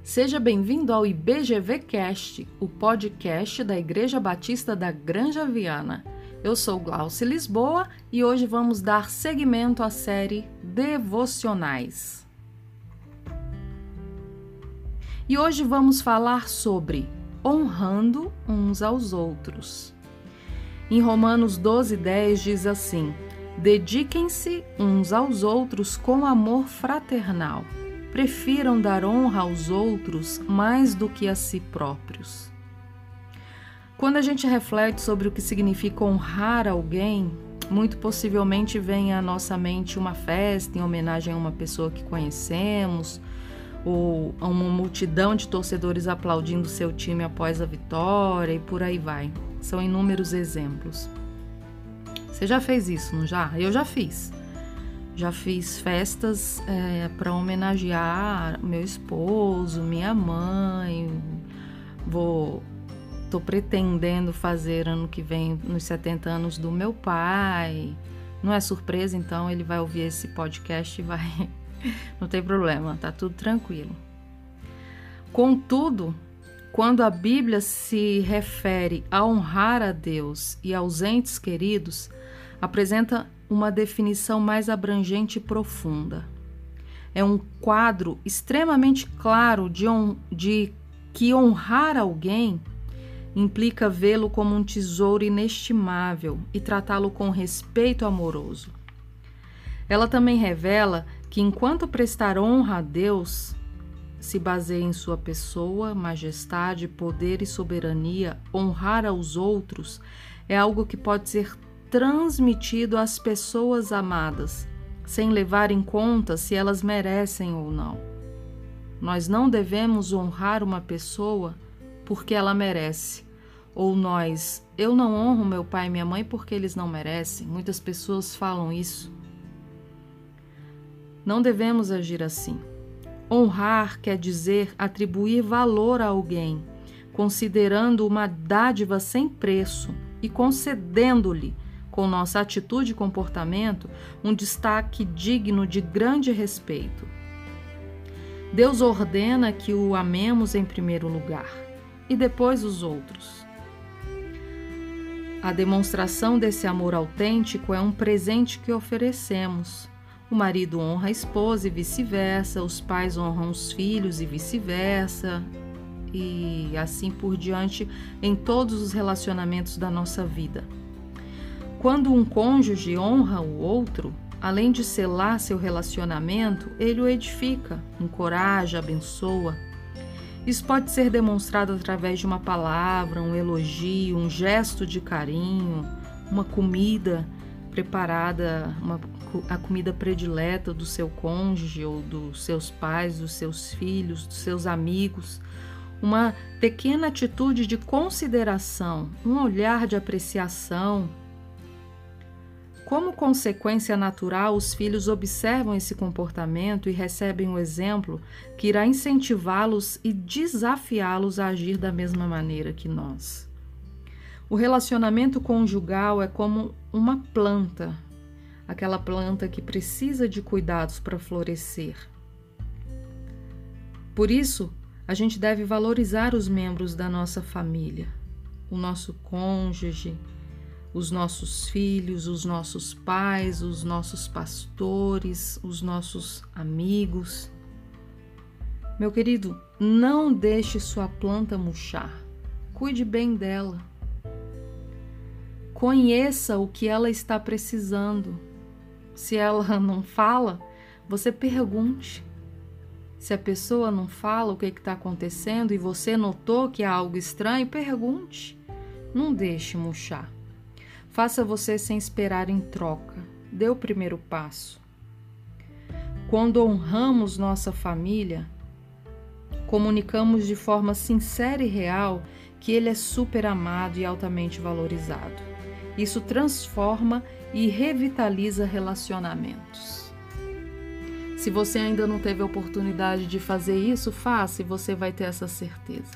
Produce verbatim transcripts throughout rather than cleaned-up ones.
Seja bem-vindo ao I B G V Cast, o podcast da Igreja Batista da Granja Viana. Eu sou Glauci Lisboa e hoje vamos dar seguimento à série Devocionais. E hoje vamos falar sobre honrando uns aos outros. Em Romanos doze, dez diz assim: dediquem-se uns aos outros com amor fraternal. Prefiram dar honra aos outros mais do que a si próprios. Quando a gente reflete sobre o que significa honrar alguém, muito possivelmente vem à nossa mente uma festa em homenagem a uma pessoa que conhecemos, ou a uma multidão de torcedores aplaudindo seu time após a vitória e por aí vai. São inúmeros exemplos. Você já fez isso, não já? Eu já fiz. Já fiz festas é, para homenagear meu esposo, minha mãe. Vou, tô pretendendo fazer ano que vem nos setenta anos do meu pai. Não é surpresa, então ele vai ouvir esse podcast e vai. Não tem problema, tá tudo tranquilo. Contudo, quando a Bíblia se refere a honrar a Deus e aos entes queridos, apresenta uma definição mais abrangente e profunda. É um quadro extremamente claro de, on, de que honrar alguém implica vê-lo como um tesouro inestimável e tratá-lo com respeito amoroso. Ela também revela que enquanto prestar honra a Deus se baseia em sua pessoa, majestade, poder e soberania, honrar aos outros é algo que pode ser transmitido às pessoas amadas, sem levar em conta se elas merecem ou não. Nós não devemos honrar uma pessoa porque ela merece. Ou nós, eu não honro meu pai e minha mãe porque eles não merecem. Muitas pessoas falam isso. Não devemos agir assim. Honrar quer dizer atribuir valor a alguém, considerando uma dádiva sem preço e concedendo-lhe, com nossa atitude e comportamento, um destaque digno de grande respeito. Deus ordena que o amemos em primeiro lugar e depois os outros. A demonstração desse amor autêntico é um presente que oferecemos. O marido honra a esposa e vice-versa, os pais honram os filhos e vice-versa, e assim por diante em todos os relacionamentos da nossa vida. Quando um cônjuge honra o outro, além de selar seu relacionamento, ele o edifica, encoraja, abençoa. Isso pode ser demonstrado através de uma palavra, um elogio, um gesto de carinho, uma comida preparada, uma, a comida predileta do seu cônjuge ou dos seus pais, dos seus filhos, dos seus amigos. Uma pequena atitude de consideração, um olhar de apreciação. Como consequência natural, os filhos observam esse comportamento e recebem o exemplo que irá incentivá-los e desafiá-los a agir da mesma maneira que nós. O relacionamento conjugal é como uma planta, aquela planta que precisa de cuidados para florescer. Por isso, a gente deve valorizar os membros da nossa família, o nosso cônjuge, os nossos filhos, os nossos pais, os nossos pastores, os nossos amigos. Meu querido, não deixe sua planta murchar. Cuide bem dela. Conheça o que ela está precisando. Se ela não fala, você pergunte. Se a pessoa não fala o que está acontecendo e você notou que há algo estranho, pergunte. Não deixe murchar. Faça você sem esperar em troca. Dê o primeiro passo. Quando honramos nossa família, comunicamos de forma sincera e real que ele é super amado e altamente valorizado. Isso transforma e revitaliza relacionamentos. Se você ainda não teve a oportunidade de fazer isso, faça e você vai ter essa certeza.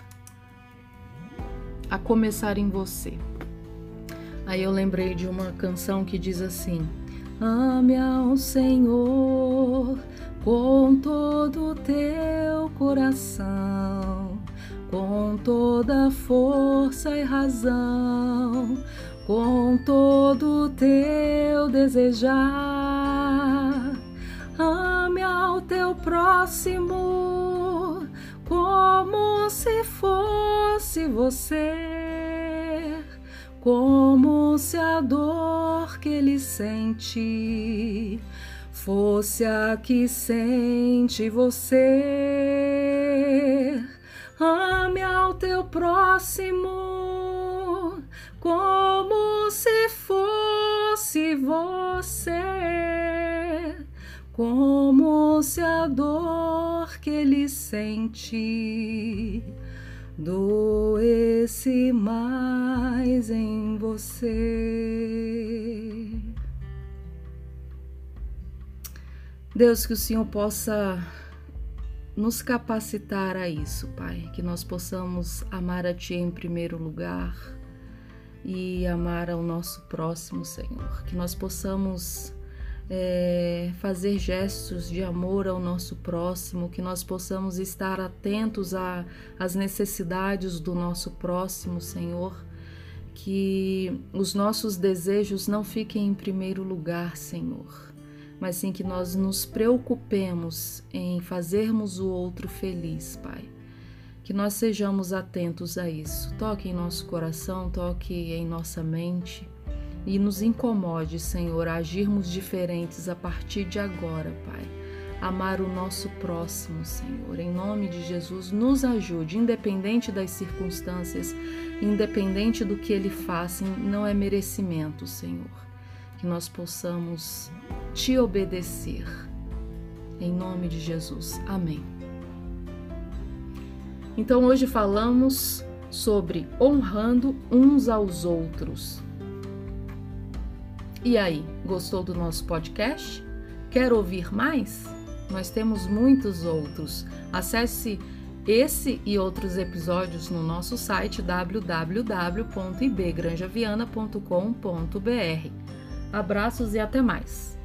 A começar em você. Aí eu lembrei de uma canção que diz assim: Ame ao Senhor com todo o teu coração, com toda força e razão, com todo o teu desejar. Ame ao teu próximo como se fosse você, como se a dor que ele sente fosse a que sente você. Ame ao teu próximo como se fosse você, como se a dor que ele sente doesse mais em você. Deus, que o Senhor possa nos capacitar a isso, Pai, que nós possamos amar a Ti em primeiro lugar e amar ao nosso próximo, Senhor, que nós possamos é, fazer gestos de amor ao nosso próximo, que nós possamos estar atentos às necessidades do nosso próximo, Senhor, que os nossos desejos não fiquem em primeiro lugar, Senhor, mas sim que nós nos preocupemos em fazermos o outro feliz, Pai. Que nós sejamos atentos a isso. Toque em nosso coração, toque em nossa mente e nos incomode, Senhor, a agirmos diferentes a partir de agora, Pai. Amar o nosso próximo, Senhor. Em nome de Jesus, nos ajude, independente das circunstâncias, independente do que ele faça, não é merecimento, Senhor. Que nós possamos Te obedecer. Em nome de Jesus. Amém. Então hoje falamos sobre honrando uns aos outros. E aí, gostou do nosso podcast? Quer ouvir mais? Nós temos muitos outros. Acesse esse e outros episódios no nosso site w w w ponto i b granja viana ponto com ponto b r. Abraços e até mais!